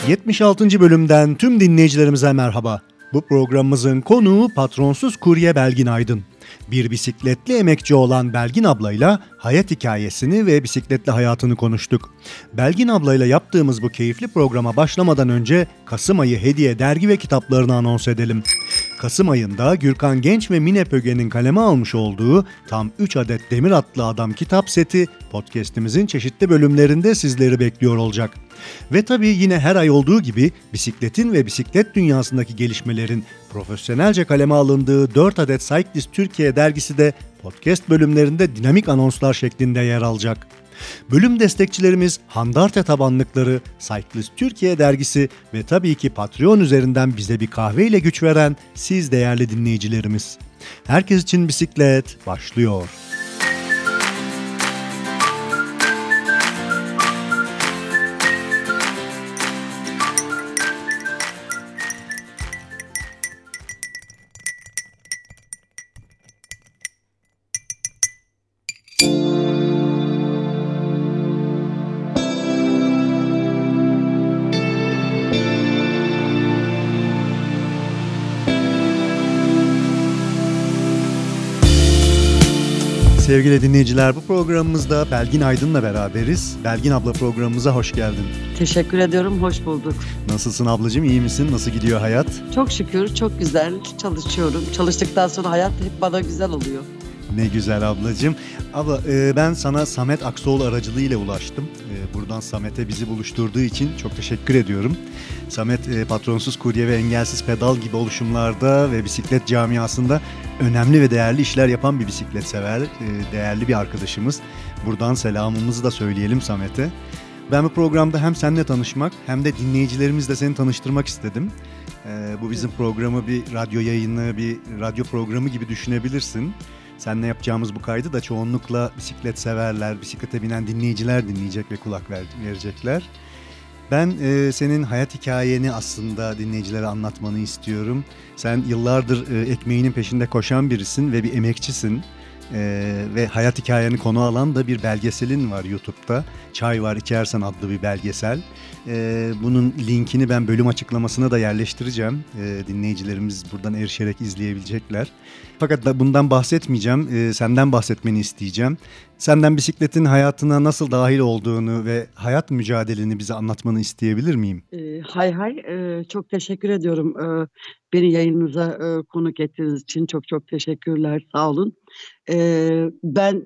76. bölümden tüm dinleyicilerimize merhaba. Bu programımızın konuğu patronsuz kurye Belgin Aydın. Bir bisikletli emekçi olan Belgin ablayla hayat hikayesini ve bisikletli hayatını konuştuk. Belgin ablayla yaptığımız bu keyifli programa başlamadan önce Kasım ayı hediye dergi ve kitaplarını anons edelim. Kasım ayında Gürkan Genç ve Mine Pöge'nin kaleme almış olduğu tam 3 adet Demir Atlı Adam kitap seti podcast'imizin çeşitli bölümlerinde sizleri bekliyor olacak. Ve tabii yine her ay olduğu gibi bisikletin ve bisiklet dünyasındaki gelişmelerin profesyonelce kaleme alındığı 4 adet Cyclist Türkiye dergisi de podcast bölümlerinde dinamik anonslar şeklinde yer alacak. Bölüm destekçilerimiz Handarte Tabanlıkları, Cyclist Türkiye dergisi ve tabii ki Patreon üzerinden bize bir kahve ile güç veren siz değerli dinleyicilerimiz. Herkes için bisiklet başlıyor. Sevgili dinleyiciler, bu programımızda Belgin Aydın'la beraberiz. Belgin abla, programımıza hoş geldin. Teşekkür ediyorum, hoş bulduk. Nasılsın ablacığım, iyi misin? Nasıl gidiyor hayat? Çok şükür, çok güzel çalışıyorum. Çalıştıktan sonra hayat hep bana güzel oluyor. Ne güzel ablacığım. Abla ben sana Samet Aksoğlu aracılığıyla ulaştım. Buradan Samet'e bizi buluşturduğu için çok teşekkür ediyorum. Samet patronsuz kurye ve engelsiz pedal gibi oluşumlarda ve bisiklet camiasında önemli ve değerli işler yapan bir bisiklet sever, değerli bir arkadaşımız. Buradan selamımızı da söyleyelim Samet'e. Ben bu programda hem seninle tanışmak hem de dinleyicilerimizle seni tanıştırmak istedim. Bu bizim programı bir radyo yayını, bir radyo programı gibi düşünebilirsin. Seninle yapacağımız bu kaydı da çoğunlukla bisiklet severler, bisiklete binen dinleyiciler dinleyecek ve kulak verecekler. Ben senin hayat hikayeni aslında dinleyicilere anlatmanı istiyorum. Sen yıllardır ekmeğinin peşinde koşan birisin ve bir emekçisin. Ve hayat hikayeni konu alan da bir belgeselin var YouTube'da. Çay Var İçersen adlı bir belgesel. Bunun linkini ben bölüm açıklamasına da yerleştireceğim. Dinleyicilerimiz buradan erişerek izleyebilecekler. Fakat bundan bahsetmeyeceğim. Senden bahsetmeni isteyeceğim. Senden bisikletin hayatına nasıl dahil olduğunu ve hayat mücadeleni bize anlatmanı isteyebilir miyim? Hay çok teşekkür ediyorum. Beni yayınınıza konuk ettiğiniz için çok teşekkürler, sağ olun. Ben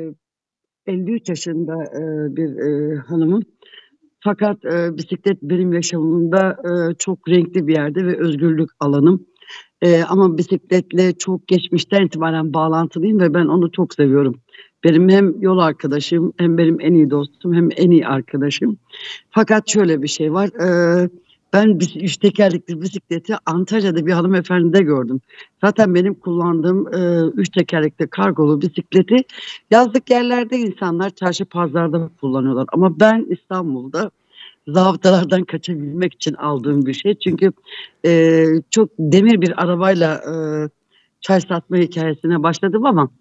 53 yaşında bir hanımım. Fakat bisiklet benim yaşamımda çok renkli bir yerde ve özgürlük alanım. Ama bisikletle çok geçmişten itibaren bağlantılıyım ve ben onu çok seviyorum. Benim hem yol arkadaşım, hem benim en iyi dostum, hem en iyi arkadaşım. Fakat şöyle bir şey var. Ben 3 tekerlekli bisikleti Antalya'da bir hanımefendide gördüm. Zaten benim kullandığım 3 tekerlekli kargolu bisikleti yazlık yerlerde insanlar çarşı pazarda kullanıyorlar. Ama ben İstanbul'da zabıtalardan kaçabilmek için aldığım bir şey. Çünkü çok demir bir arabayla çay satma hikayesine başladım ama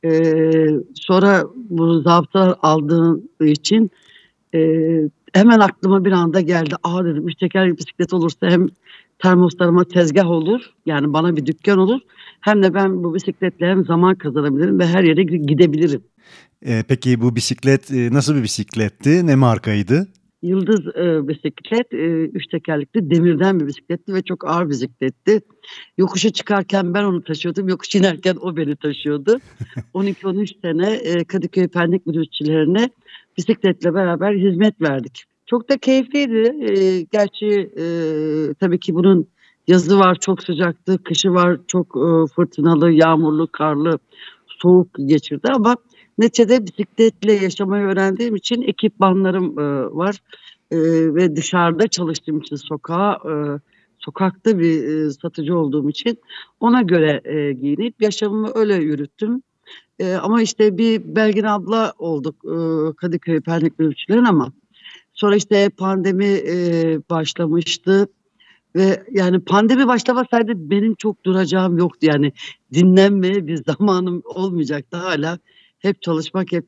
sonra bu zabıtalar aldığım için hemen aklıma bir anda geldi. Dedim 3 tekerlekli bisiklet olursa hem termoslarıma tezgah olur, yani bana bir dükkan olur. Hem de ben bu bisikletle hem zaman kazanabilirim ve her yere gidebilirim. Peki bu bisiklet nasıl bir bisikletti? Ne markaydı? Yıldız bisiklet, 3 tekerlekli demirden bir bisikletti ve çok ağır bisikletti. Yokuşa çıkarken ben onu taşıyordum, yokuş inerken o beni taşıyordu. 12-13 sene Kadıköy Pendik Minibüsçülerine bisikletle beraber hizmet verdik. Çok da keyifliydi. Gerçi tabii ki bunun yazı var, çok sıcaktı, kışı var, çok fırtınalı, yağmurlu, karlı, soğuk geçirdi ama neticede bisikletle yaşamayı öğrendiğim için ekipmanlarım var. Ve dışarıda çalıştığım için sokakta bir satıcı olduğum için ona göre giyinip yaşamımı öyle yürüttüm. Ama işte bir Belgin abla olduk Kadıköy Pendik Minibüsçülerin ama sonra işte pandemi başlamıştı. Ve yani pandemi başlamasaydı benim çok duracağım yoktu, yani dinlenmeye bir zamanım olmayacaktı, hala hep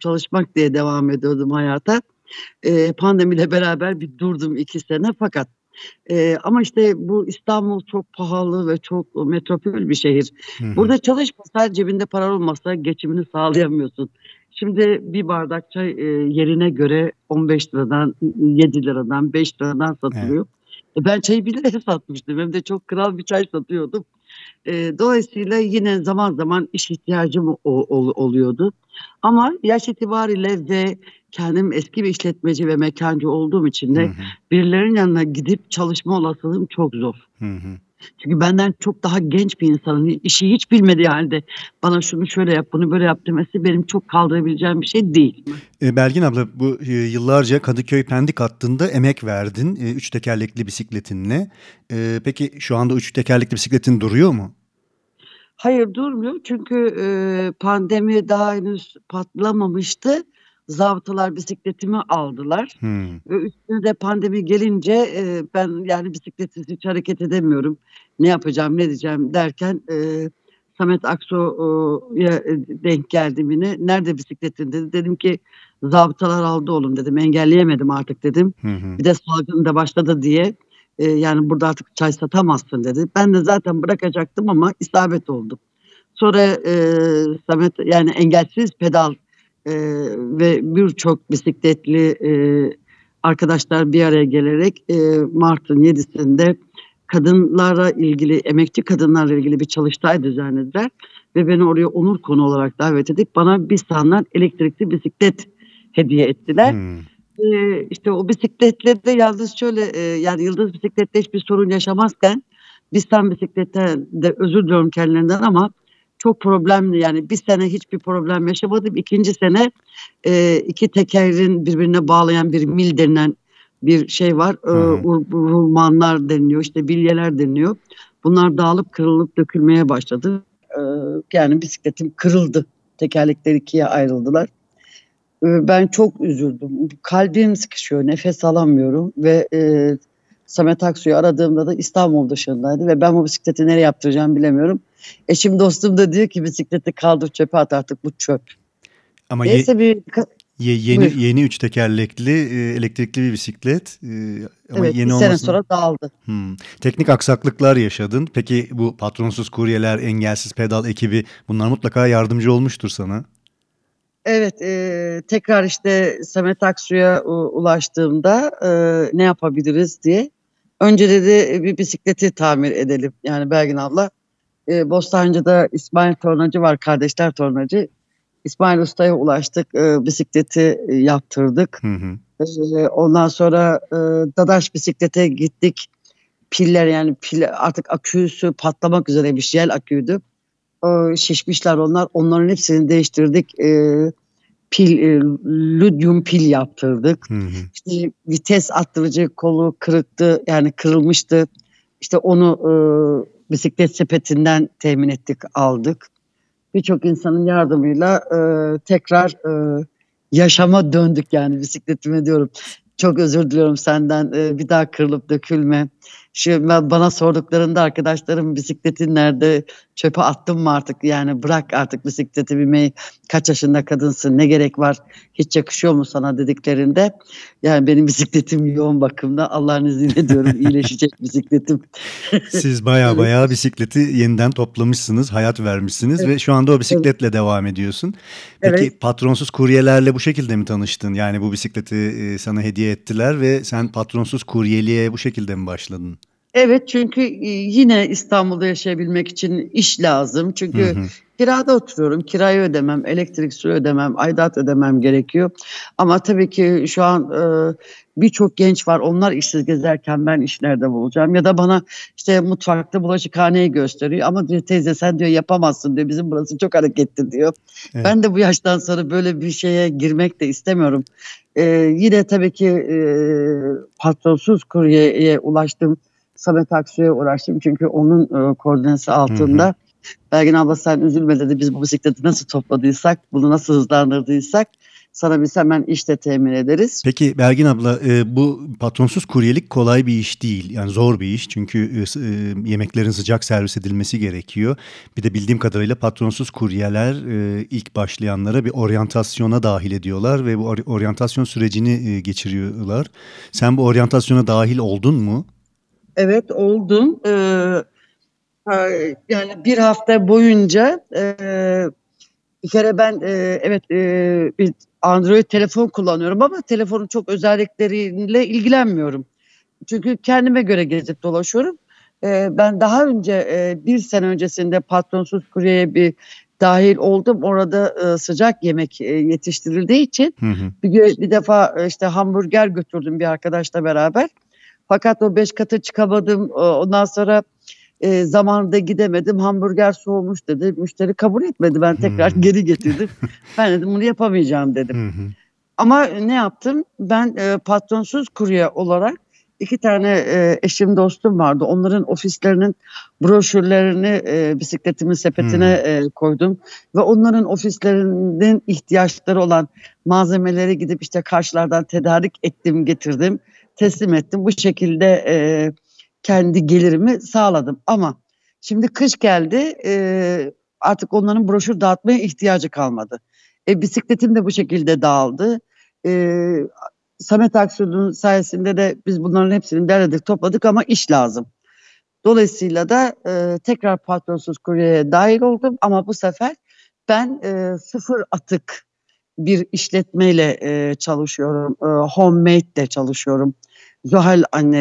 çalışmak diye devam ediyordum hayata. Pandemiyle beraber bir durdum 2 sene, fakat Ama işte bu İstanbul çok pahalı ve çok metropol bir şehir. Hı hı. Burada çalışmasan, cebinde para olmasa geçimini sağlayamıyorsun. Şimdi bir bardak çay yerine göre 15 liradan, 7 liradan, 5 liradan Evet. satılıyor. Ben çayı 1 liraya satmıştım. Hem de çok kral bir çay satıyordum. Dolayısıyla yine zaman zaman iş ihtiyacım oluyordu. Ama yaş itibariyle ve kendim eski bir işletmeci ve mekancı olduğum için Hı de hı. birilerinin yanına gidip çalışma olasılığım çok zor. Hı hı. Çünkü benden çok daha genç bir insanın işi hiç bilmediği halde bana şunu şöyle yap, bunu böyle yap demesi benim çok kaldırabileceğim bir şey değil. Belgin abla, bu yıllarca Kadıköy Pendik hattında emek verdin, 3 tekerlekli bisikletinle. Peki şu anda 3 tekerlekli bisikletin duruyor mu? Hayır, durmuyor çünkü pandemi daha henüz patlamamıştı. Zabıtalar bisikletimi aldılar Hımm. ve üstüne de pandemi gelince ben yani bisikletsiz hiç hareket edemiyorum. Ne yapacağım, ne edeceğim derken Samet Aksu'ya denk geldim yine. "Nerede bisikletin?" dedi. Dedim ki, "Zabıtalar aldı oğlum." dedim. "Engelleyemedim artık." dedim. Hı hı. "Bir de salgın da başladı diye, yani burada artık çay satamazsın." dedi. Ben de zaten bırakacaktım ama isabet oldu. Sonra Samet yani engelsiz pedal ve birçok bisikletli arkadaşlar bir araya gelerek Mart'ın 7'sinde kadınlarla ilgili, emekçi kadınlarla ilgili bir çalıştay düzenlediler ve beni oraya onur konuğu olarak davet edip bana bir sandal elektrikli bisiklet hediye ettiler. Hımm. İşte o bisikletle de yalnız şöyle, yani Yıldız Bisiklet'te hiçbir sorun yaşamazken Bistan Bisiklet'ten de özür diliyorum kendilerinden ama çok problemli, yani bir sene hiçbir problem yaşamadım. 2. sene 2 tekerin birbirine bağlayan bir mil denilen bir şey var. Hı hı. Rulmanlar deniliyor, işte bilyeler deniliyor. Bunlar dağılıp kırılıp dökülmeye başladı. Yani bisikletim kırıldı. Tekerlekler 2'ye ayrıldılar. Ben çok üzüldüm. Kalbim sıkışıyor, nefes alamıyorum ve Samet Aksu'yu aradığımda da İstanbul dışındaydı ve ben bu bisikleti nereye yaptıracağımı bilemiyorum. Eşim dostum da diyor ki bisikleti kaldır çöpe at artık bu çöp. Ama Neyse yeni buyur. yeni 3 tekerlekli, elektrikli bir bisiklet, ama Evet, bir yeni sene olmasına. sonra dağıldı. Teknik aksaklıklar yaşadın. Peki bu patronsuz kuryeler, engelsiz pedal ekibi, bunlar mutlaka yardımcı olmuştur sana. Evet, tekrar işte Samet Aksu'ya ulaştığımda ne yapabiliriz diye. Önce dedi bir bisikleti tamir edelim. Yani Belgin abla. Bostancı'da İsmail Tornacı var, kardeşler Tornacı. İsmail Usta'ya ulaştık, bisikleti yaptırdık. Hı hı. Ondan sonra Dadaş bisiklete gittik. Piller yani pil artık aküsü patlamak üzereymiş, jel aküydü. Şişmişler onlar. Onların hepsini değiştirdik. Pil, lityum pil yaptırdık. Hı hı. İşte vites arttırıcı kolu kırıktı, yani kırılmıştı. İşte onu bisiklet sepetinden temin ettik, aldık. Birçok insanın yardımıyla tekrar yaşama döndük yani bisikletime diyorum. Çok özür diliyorum senden. Bir daha kırılıp dökülme. Bana sorduklarında arkadaşlarım bisikletin nerede, çöpe attın mı artık, yani bırak artık bisiklete binmeyi, kaç yaşında kadınsın, ne gerek var, hiç yakışıyor mu sana dediklerinde yani benim bisikletim yoğun bakımda, Allah'ın izniyle diyorum iyileşecek bisikletim. Siz baya Evet, baya bisikleti yeniden toplamışsınız, hayat vermişsiniz evet, ve şu anda o evet. bisikletle devam ediyorsun. Peki Evet. patronsuz kuryelerle bu şekilde mi tanıştın? Yani bu bisikleti sana hediye ettiler ve sen patronsuz kuryeliğe bu şekilde mi başladın? Evet, çünkü yine İstanbul'da yaşayabilmek için iş lazım. Hı Çünkü hı. kirada oturuyorum. Kirayı ödemem, elektrik, su ödemem, aidat ödemem gerekiyor. Ama tabii ki şu an birçok genç var. Onlar işsiz gezerken ben iş nerede bulacağım? Ya da bana işte mutfakta bulaşıkhaneyi gösteriyor. Ama diyor teyze sen diyor yapamazsın diyor. Bizim burası çok hareketli diyor. Evet. Ben de bu yaştan sonra böyle bir şeye girmek de istemiyorum. Yine tabii ki patronsuz kuryeye ulaştım. Samet Aksu'ya uğraştım çünkü onun koordinesi Hı hı. altında. Belgin abla sen üzülme dedi. Biz bu bisikleti nasıl topladıysak, bunu nasıl hızlandırdıysak sana biz hemen işte temin ederiz. Peki Belgin abla, bu patronsuz kuryelik kolay bir iş değil. Yani zor bir iş çünkü yemeklerin sıcak servis edilmesi gerekiyor. Bir de bildiğim kadarıyla patronsuz kuryeler ilk başlayanlara bir oryantasyona dahil ediyorlar ve bu oryantasyon sürecini geçiriyorlar. Sen bu oryantasyona dahil oldun mu? Evet, oldum. Yani bir hafta boyunca bir kere ben evet bir Android telefon kullanıyorum ama telefonun çok özellikleriyle ilgilenmiyorum. Çünkü kendime göre gezip dolaşıyorum. Ben daha önce bir sene öncesinde patronsuz kuryeye bir dahil oldum. Orada sıcak yemek yetiştirildiği için Hı hı. bir defa işte hamburger götürdüm bir arkadaşla beraber. Fakat o 5 katı çıkamadım. Ondan sonra zamanında gidemedim. Hamburger soğumuş dedi. Müşteri kabul etmedi. Ben tekrar Hı. geri getirdim. Ben dedim bunu yapamayacağım dedim. Hı hı. Ama ne yaptım? Ben patronsuz kurye olarak iki tane eşim dostum vardı. Onların ofislerinin broşürlerini bisikletimin sepetine Hı. koydum. Ve onların ofislerinin ihtiyaçları olan malzemeleri gidip işte karşılardan tedarik ettim, getirdim, teslim ettim. Bu şekilde kendi gelirimi sağladım. Ama şimdi kış geldi, artık onların broşür dağıtmaya ihtiyacı kalmadı. Bisikletim de bu şekilde dağıldı. E, Samet Aksu'nun sayesinde de biz bunların hepsini derledik, topladık ama iş lazım. Dolayısıyla da tekrar patronsuz kuryeye dahil oldum ama bu sefer ben sıfır atık bir işletmeyle çalışıyorum. Homemade de çalışıyorum. Zuhal anne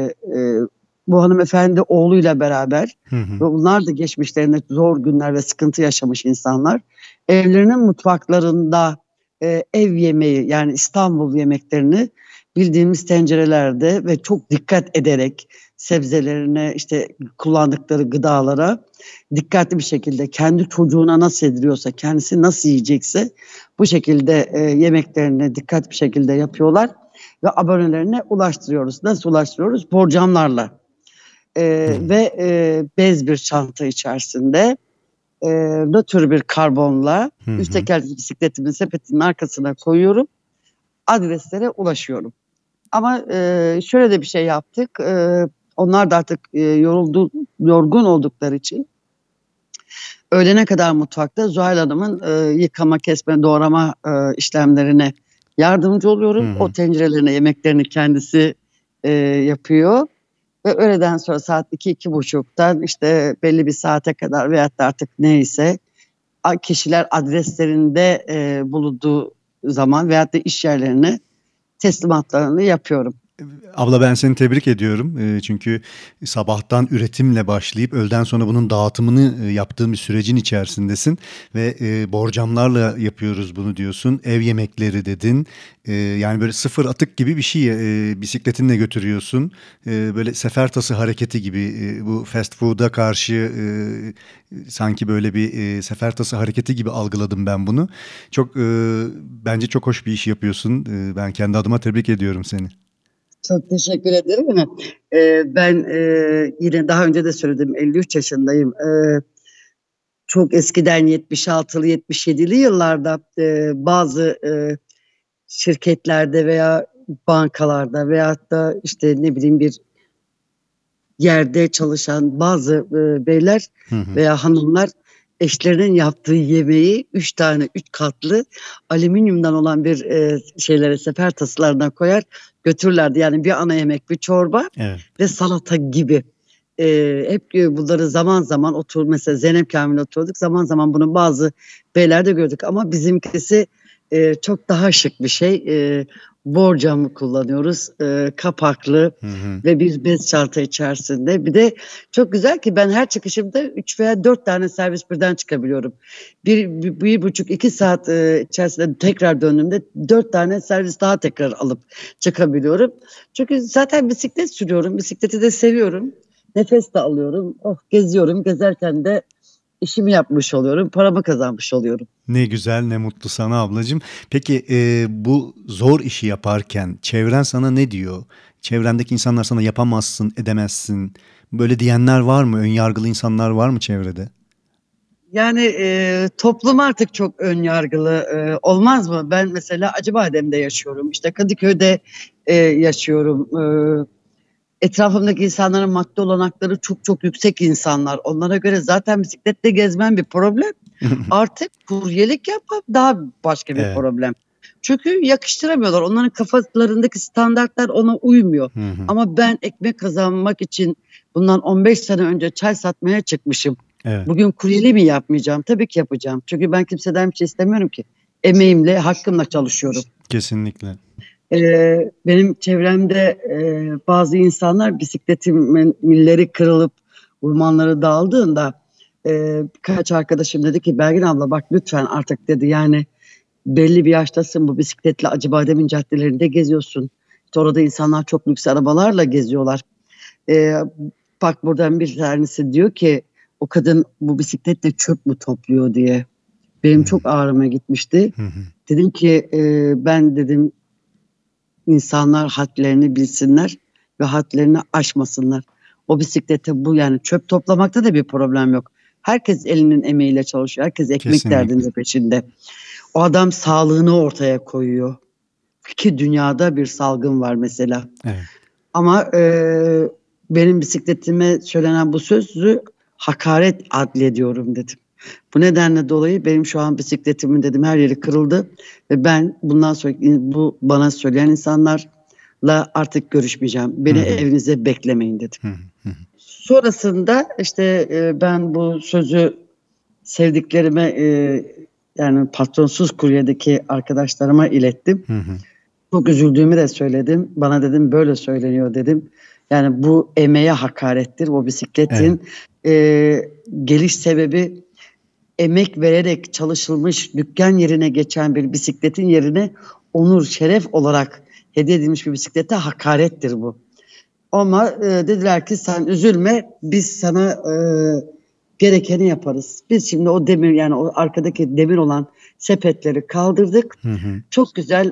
bu hanımefendi oğluyla beraber Hı hı. ve bunlar da geçmişlerinde zor günler ve sıkıntı yaşamış insanlar. Evlerinin mutfaklarında ev yemeği yani İstanbul yemeklerini bildiğimiz tencerelerde ve çok dikkat ederek sebzelerine işte kullandıkları gıdalara dikkatli bir şekilde kendi çocuğuna nasıl yediriyorsa kendisi nasıl yiyecekse bu şekilde yemeklerini dikkat bir şekilde yapıyorlar ve abonelerine ulaştırıyoruz. Nasıl ulaştırıyoruz? Borcamlarla. Hı. Ve bez bir çanta içerisinde nötr bir karbonla Hı üst hı. tekerlekli bisikletimin sepetinin arkasına koyuyorum. Adreslere ulaşıyorum. Ama şöyle de bir şey yaptık. Onlar da artık yorgun oldukları için öğlene kadar mutfakta Zuhal Hanım'ın yıkama, kesme, doğrama işlemlerine yardımcı oluyorum. Hı O hı. tencerelerine yemeklerini kendisi yapıyor. Ve öğleden sonra saat 2-2.30'dan işte belli bir saate kadar veyahut da artık neyse kişiler adreslerinde bulunduğu zaman veyahut da iş yerlerine teslimatlarını yapıyorum. Abla ben seni tebrik ediyorum. Çünkü sabahtan üretimle başlayıp öğleden sonra bunun dağıtımını yaptığın bir sürecin içerisindesin ve borcamlarla yapıyoruz bunu diyorsun. Ev yemekleri dedin. Yani böyle sıfır atık gibi bir şey bisikletinle götürüyorsun. Böyle sefertası hareketi gibi bu fast food'a karşı sanki böyle bir sefertası hareketi gibi algıladım ben bunu. Çok bence çok hoş bir iş yapıyorsun. Ben kendi adıma tebrik ediyorum seni. Çok teşekkür ederim. Ben yine daha önce de söyledim 53 yaşındayım. Çok eskiden 76'lı 77'li yıllarda bazı şirketlerde veya bankalarda veyahut da işte ne bileyim bir yerde çalışan bazı beyler Hı hı. veya hanımlar eşlerinin yaptığı yemeği 3 tane 3 katlı alüminyumdan olan bir şeylere sefer taslarına koyar götürürlerdi. Yani bir ana yemek, bir çorba Evet. ve salata gibi. Hep bunları zaman zaman mesela Zeynep Kamil'le oturduk. Zaman zaman bunu bazı beylerde gördük ama bizimkisi çok daha şık bir şey. Borcamı kullanıyoruz. Kapaklı Hı hı. ve bir bez çanta içerisinde. Bir de çok güzel ki ben her çıkışımda 3 veya 4 tane servis birden çıkabiliyorum. 1,5-2 saat içerisinde tekrar döndüğümde 4 tane servis daha tekrar alıp çıkabiliyorum. Çünkü zaten bisiklet sürüyorum. Bisikleti de seviyorum. Nefes de alıyorum. Oh, geziyorum. Gezerken de işimi yapmış oluyorum. Paramı kazanmış oluyorum. Ne güzel, ne mutlu sana ablacığım. Peki bu zor işi yaparken çevren sana ne diyor? Çevrendeki insanlar sana yapamazsın, edemezsin. Böyle diyenler var mı? Önyargılı insanlar var mı çevrede? Yani toplum artık çok ön yargılı olmaz mı? Ben mesela Acıbadem'de yaşıyorum. İşte Kadıköy'de yaşıyorum. Etrafımdaki insanların maddi olanakları çok çok yüksek insanlar. Onlara göre zaten bisikletle gezmem bir problem. Artık kuryelik yapmak daha başka bir Evet. problem. Çünkü yakıştıramıyorlar. Onların kafalarındaki standartlar ona uymuyor. Hı hı. Ama ben ekmek kazanmak için bundan 15 sene önce çay satmaya çıkmışım. Evet, Bugün kuryeli mi yapmayacağım? Tabii ki yapacağım. Çünkü ben kimseden bir şey istemiyorum ki. Emeğimle, hakkımla çalışıyorum. kesinlikle. Benim çevremde bazı insanlar bisikletimin milleri kırılıp ormanları dağıldığında birkaç arkadaşım dedi ki Belgin abla bak lütfen artık dedi yani belli bir yaştasın bu bisikletle Acıbadem'in caddelerinde geziyorsun. İşte orada insanlar çok lüks arabalarla geziyorlar. Ee, Bak buradan bir tanesi diyor ki o kadın bu bisikletle çöp mü topluyor diye. Hı Benim çok ağrıma gitmişti. hı. Hı. Dedim ki ben dedim insanlar hadlerini bilsinler ve hadlerini aşmasınlar. O bisiklete bu yani çöp toplamakta da bir problem yok. Herkes elinin emeğiyle çalışıyor. Herkes ekmek Kesinlikle. derdinde peşinde. O adam sağlığını ortaya koyuyor. Ki dünyada bir salgın var mesela. Evet. Ama benim bisikletime söylenen bu sözü hakaret adlediyorum dedim. Bu nedenle dolayı benim şu an bisikletimin dedim her yeri kırıldı ve ben bundan sonra bu bana söyleyen insanlarla artık görüşmeyeceğim. Hı Beni hı. evinizde beklemeyin dedim. Hı hı. Sonrasında işte ben bu sözü sevdiklerime yani patronsuz kuryedeki arkadaşlarıma ilettim. Hı hı. Çok üzüldüğümü de söyledim. Bana dedim böyle söyleniyor dedim. Yani bu emeğe hakarettir. O Evet. bisikletin e, geliş sebebi emek vererek çalışılmış dükkan yerine geçen bir bisikletin yerine onur, şeref olarak hediye edilmiş bir bisiklete hakarettir bu. Ama dediler ki sen üzülme biz sana gerekeni yaparız. Biz şimdi o demir yani o arkadaki demir olan sepetleri kaldırdık. Hı hı. Çok güzel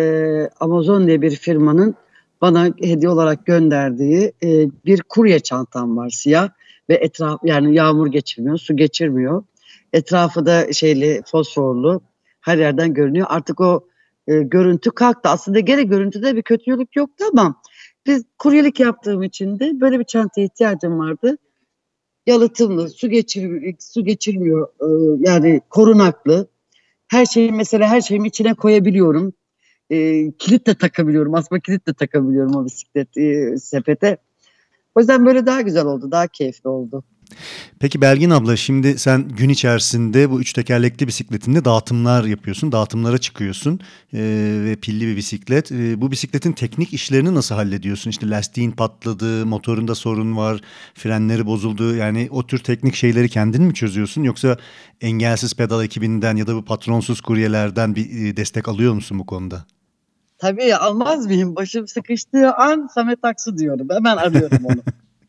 Amazon diye bir firmanın bana hediye olarak gönderdiği bir kurye çantam var siyah ve etraf yani yağmur geçirmiyor, su geçirmiyor. Etrafı da şeyli fosforlu her yerden görünüyor. Artık o görüntü kalktı. Aslında gene görüntüde bir kötülük yoktu ama biz kuryelik yaptığım için de böyle bir çantaya ihtiyacım vardı. Yalıtımlı, su geçirmiyor, yani korunaklı. Her şeyi mesela her şeyimi içine koyabiliyorum. Kilit de takabiliyorum. Asma kilit de takabiliyorum o bisiklet sepete. O yüzden böyle daha güzel oldu, daha keyifli oldu. Peki Belgin abla, şimdi sen gün içerisinde bu üç tekerlekli bisikletinde dağıtımlar yapıyorsun, dağıtımlara çıkıyorsun ve pilli bir bisiklet. Bu bisikletin teknik işlerini nasıl hallediyorsun? İşte lastiğin patladı, motorunda sorun var, frenleri bozuldu. Yani o tür teknik şeyleri kendin mi çözüyorsun? Yoksa Engelsiz Pedal ekibinden ya da bu patronsuz kuryelerden bir destek alıyor musun bu konuda? Tabii almaz mıyım? Başım sıkıştığı an Samet Aksu diyorum. Hemen arıyorum onu.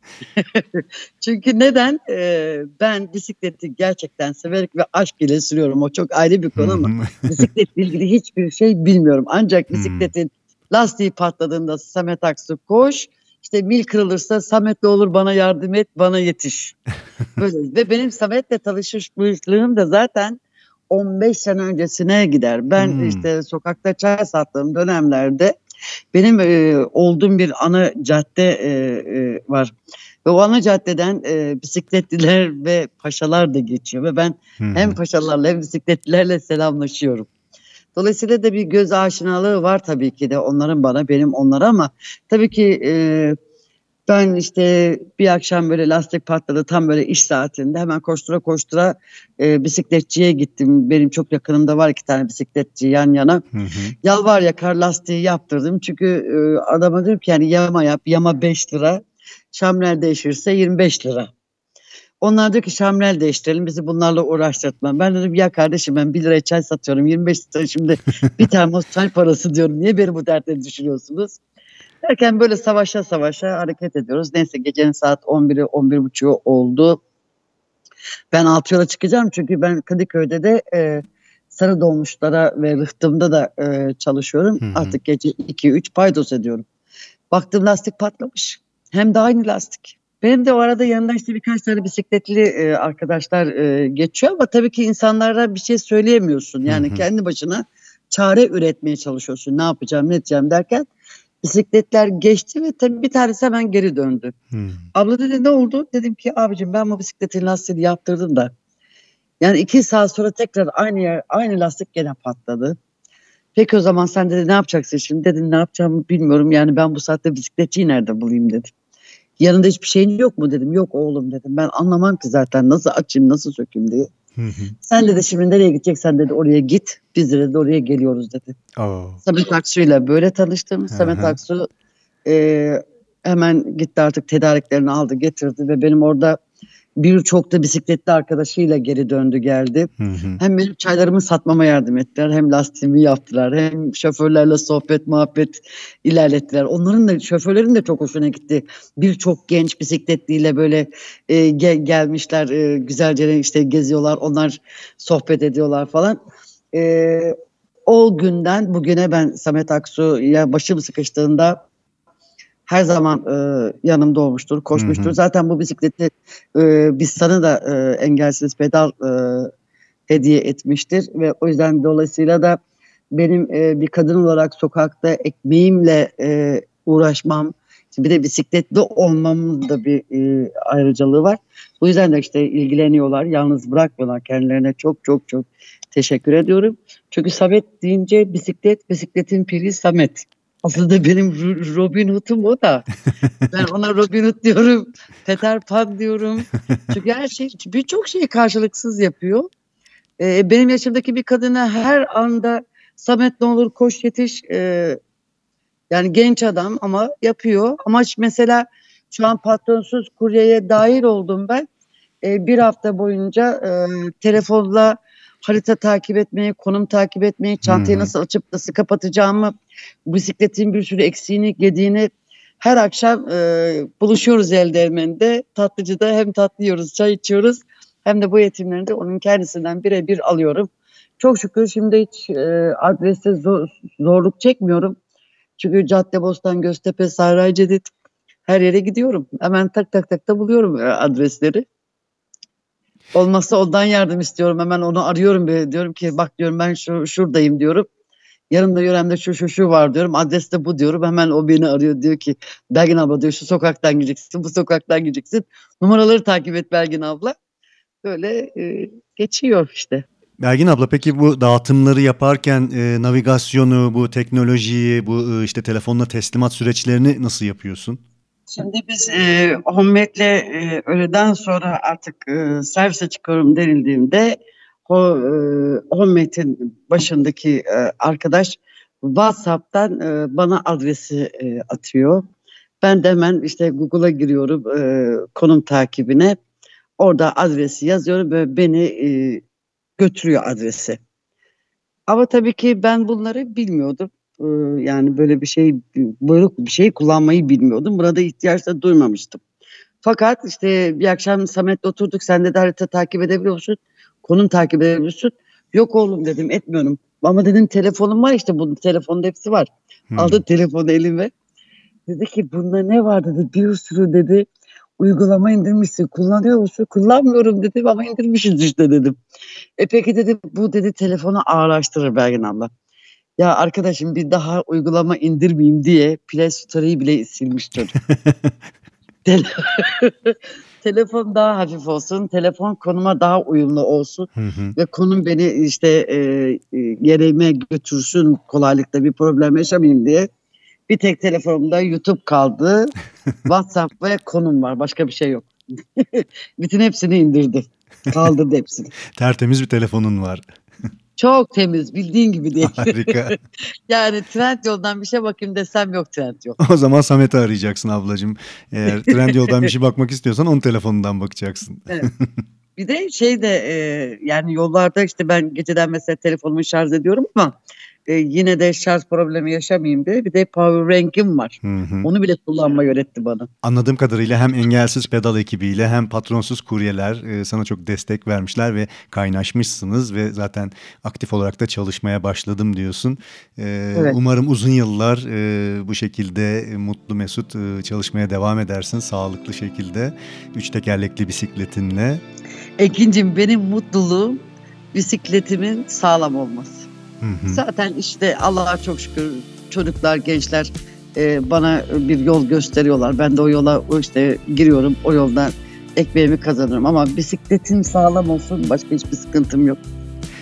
Çünkü neden? Ben bisikleti gerçekten severek ve aşk ile sürüyorum. O çok ayrı bir Hı konu ama hı. bisikletle ilgili hiçbir şey bilmiyorum. Ancak Hmm. bisikletin lastiği patladığında Samet Aksu koş. İşte mil kırılırsa Samet ne olur bana yardım et, bana yetiş. Böyle. Ve benim Samet'le tanışmışlığım da zaten 15 sene öncesine gider. Ben Hmm. işte sokakta çay sattığım dönemlerde benim olduğum bir ana cadde var. Ve o ana caddeden bisikletliler ve paşalar da geçiyor. Ve ben Hı hem hı. paşalarla hem bisikletlilerle selamlaşıyorum. Dolayısıyla da bir göz aşinalığı var tabii ki de onların bana benim onlara ama tabii ki ben işte bir akşam böyle lastik patladı tam böyle iş saatinde hemen koştura koştura bisikletçiye gittim. Benim çok yakınımda var iki tane bisikletçi yan yana. Hı hı. Yalvar yakar lastiği yaptırdım. Çünkü adama diyorum ki yani yama yap. Yama 5 lira. Şamrel değişirse 25 lira. Onlar diyor ki şamrel değiştirelim bizi bunlarla uğraştırtma. Ben dedim ya kardeşim ben 1 liraya çay satıyorum. 25 lira şimdi bir termos çay parası diyorum. Niye beni bu dertle düşürüyorsunuz? Derken böyle savaşa savaşa hareket ediyoruz. Neyse gecenin saat 11'i 11.30'u oldu. Ben alt yola çıkacağım çünkü ben Kadıköy'de de sarı dolmuşlara ve rıhtımda da çalışıyorum. Hı hı. Artık gece 2-3 paydos ediyorum. Baktım lastik patlamış. Hem de aynı lastik. Benim de o arada yanında işte birkaç tane bisikletli arkadaşlar geçiyor ama tabii ki insanlara bir şey söyleyemiyorsun. Hı Yani hı. kendi başına çare üretmeye çalışıyorsun. Ne yapacağım, ne edeceğim derken bisikletler geçti ve tabii bir tanesi hemen geri döndü. Hı. Abla dedi ne oldu? Dedim ki abicim ben bu bisikletin lastiğini yaptırdım da yani 2 saat sonra tekrar aynı yer aynı lastik gene patladı. Peki o zaman sen dedi ne yapacaksın şimdi? Dedim ne yapacağımı bilmiyorum. Yani ben bu saatte bisikletçiyi nerede bulayım dedim. Yanında hiçbir şeyin yok mu dedim. Yok oğlum dedim. Ben anlamam ki zaten nasıl açayım nasıl sökeyim diye. Hı hı. Sen dedi şimdi nereye gideceksen dedi oraya git. Biz de oraya geliyoruz dedi. Oo. Samet Aksu'yla böyle tanıştım. Hı Samet hı. Aksu hemen gitti artık tedariklerini aldı getirdi ve benim orada birçok da bisikletli arkadaşıyla geri döndü geldi. Hı hı. Hem benim çaylarımı satmama yardım ettiler hem lastiğimi yaptılar hem şoförlerle sohbet muhabbet ilerlettiler. Onların da şoförlerin de çok hoşuna gitti. Birçok genç bisikletliyle böyle gelmişler güzelce işte geziyorlar onlar sohbet ediyorlar falan. E, O günden bugüne ben Samet Aksu'ya başım sıkıştığında her zaman yanımda olmuştur, Hı koşmuştur. hı. Zaten bu bisikleti biz sana da engelsiz pedal hediye etmiştir ve o yüzden dolayısıyla da benim bir kadın olarak sokakta ekmeğimle uğraşmam, bir de bisikletli olmamın da bir ayrıcalığı var. Bu yüzden de işte ilgileniyorlar, yalnız bırakmıyorlar kendilerine. Çok çok çok teşekkür ediyorum. Çünkü Samet deyince bisikletin piri Samet. Aslında benim Robin Hood'um o da. Ben ona Robin Hood diyorum, Peter Pan diyorum. Çünkü her şey, birçok şeyi karşılıksız yapıyor. Benim yaşımdaki bir kadına her anda Samet ne olur koş yetiş. Yani genç adam ama yapıyor. Ama mesela şu an patronsuz kuryeye dahil oldum ben. Bir hafta boyunca telefonla harita takip etmeyi, konum takip etmeyi, Hı çantayı hı. nasıl açıp nasıl kapatacağımı, bisikletin bir sürü eksiğini, gediğini her akşam buluşuyoruz el değirmeninde. Tatlıcıda hem tatlı yiyoruz, çay içiyoruz hem de bu eğitimleri de onun kendisinden birebir alıyorum. Çok şükür şimdi hiç adreste zorluk çekmiyorum. Çünkü Caddebostan, Göztepe, Saraycadit her yere gidiyorum. Hemen tak tak tak da buluyorum adresleri. Olmazsa ondan yardım istiyorum. Hemen onu arıyorum. Diyorum ki bak diyorum ben şuradayım diyorum. Yanımda yöremde şu var diyorum. Adres de bu diyorum. Hemen o beni arıyor. Diyor ki Belgin abla diyor şu sokaktan gideceksin. Bu sokaktan gideceksin. Numaraları takip et Belgin abla. Böyle geçiyor işte. Belgin abla peki bu dağıtımları yaparken navigasyonu, bu teknolojiyi, bu işte telefonla teslimat süreçlerini nasıl yapıyorsun? Şimdi biz Homemade'le öğleden sonra artık servise çıkıyorum denildiğimde Homemade'in başındaki arkadaş WhatsApp'tan bana adresi atıyor. Ben de hemen işte Google'a giriyorum konum takibine. Orada adresi yazıyorum ve beni götürüyor adrese. Ama tabii ki ben bunları bilmiyordum. Yani böyle bir şey kullanmayı bilmiyordum. Buna da ihtiyaç da duymamıştım. Fakat işte bir akşam Samet'le oturduk. Sen de harita takip edebiliyor musun? Konum takip edebiliyor musun? Yok oğlum dedim etmiyorum. Ama dedim telefonum var işte bunun telefonun hepsi var. Hmm. Aldı telefonu elime. Dedi ki bunda ne var dedi. Bir sürü dedi uygulama indirmişsin. Kullanıyor musun? Kullanmıyorum dedim ama indirmişiz işte dedim. Peki dedi bu dedi telefonu ağırlaştırır Belgin abla. Ya arkadaşım bir daha uygulama indirmeyeyim diye Play Store'yi bile silmiş çocuk. Tele- Telefon daha hafif olsun, telefon konuma daha uyumlu olsun Hı hı. ve konum beni işte yereğime götürsün kolaylıkla bir problem yaşamayayım diye. Bir tek telefonumda YouTube kaldı, WhatsApp ve konum var. Başka bir şey yok. Bütün hepsini indirdi. Kaldırdı hepsini. Tertemiz bir telefonun var. Çok temiz, bildiğin gibi değil. Harika. Yani Trendyol'dan bir şey bakayım desem yok Trendyol. O zaman Samet'i arayacaksın ablacığım. Eğer Trendyol'dan bir şey bakmak istiyorsan onun telefonundan bakacaksın. Evet. Bir de yani yollarda işte ben geceden mesela telefonumu şarj ediyorum ama yine de şarj problemi yaşamayayım diye bir de power bank'im var. Hı hı. Onu bile kullanmayı öğretti bana. Anladığım kadarıyla hem Engelsiz Pedal ekibiyle hem Patronsuz Kuryeler sana çok destek vermişler ve kaynaşmışsınız ve zaten aktif olarak da çalışmaya başladım diyorsun. Evet. Umarım uzun yıllar bu şekilde mutlu mesut çalışmaya devam edersin sağlıklı şekilde. Üç tekerlekli bisikletinle. Ekincim benim mutluluğum bisikletimin sağlam olması. Hı hı. Zaten işte Allah'a çok şükür çocuklar, gençler bana bir yol gösteriyorlar. Ben de o yola işte giriyorum. O yoldan ekmeğimi kazanıyorum. Ama bisikletim sağlam olsun başka hiçbir sıkıntım yok.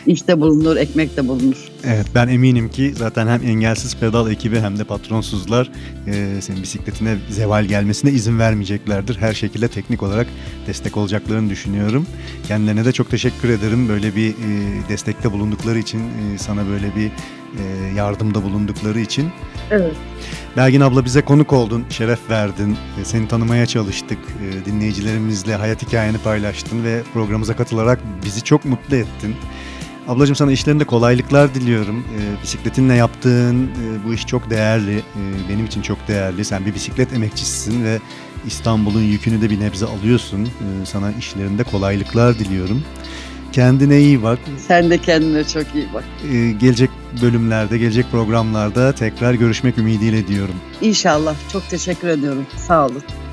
işte bulunur, ekmek de bulunur. Evet, ben eminim ki zaten hem Engelsiz Pedal ekibi hem de patronsuzlar senin bisikletine zeval gelmesine izin vermeyeceklerdir. Her şekilde teknik olarak destek olacaklarını düşünüyorum. Kendilerine de çok teşekkür ederim. Böyle bir destekte bulundukları için, sana böyle bir yardımda bulundukları için. Evet. Belgin abla, bize konuk oldun, şeref verdin. Seni tanımaya çalıştık. Dinleyicilerimizle hayat hikayeni paylaştın ve programımıza katılarak bizi çok mutlu ettin. Ablacığım, sana işlerinde kolaylıklar diliyorum. Bisikletinle yaptığın bu iş çok değerli. Benim için çok değerli. Sen bir bisiklet emekçisisin ve İstanbul'un yükünü de bir nebze alıyorsun. Sana işlerinde kolaylıklar diliyorum. Kendine iyi bak. Sen de kendine çok iyi bak. Gelecek bölümlerde, gelecek programlarda tekrar görüşmek ümidiyle diyorum. İnşallah. Çok teşekkür ediyorum. Sağ olun.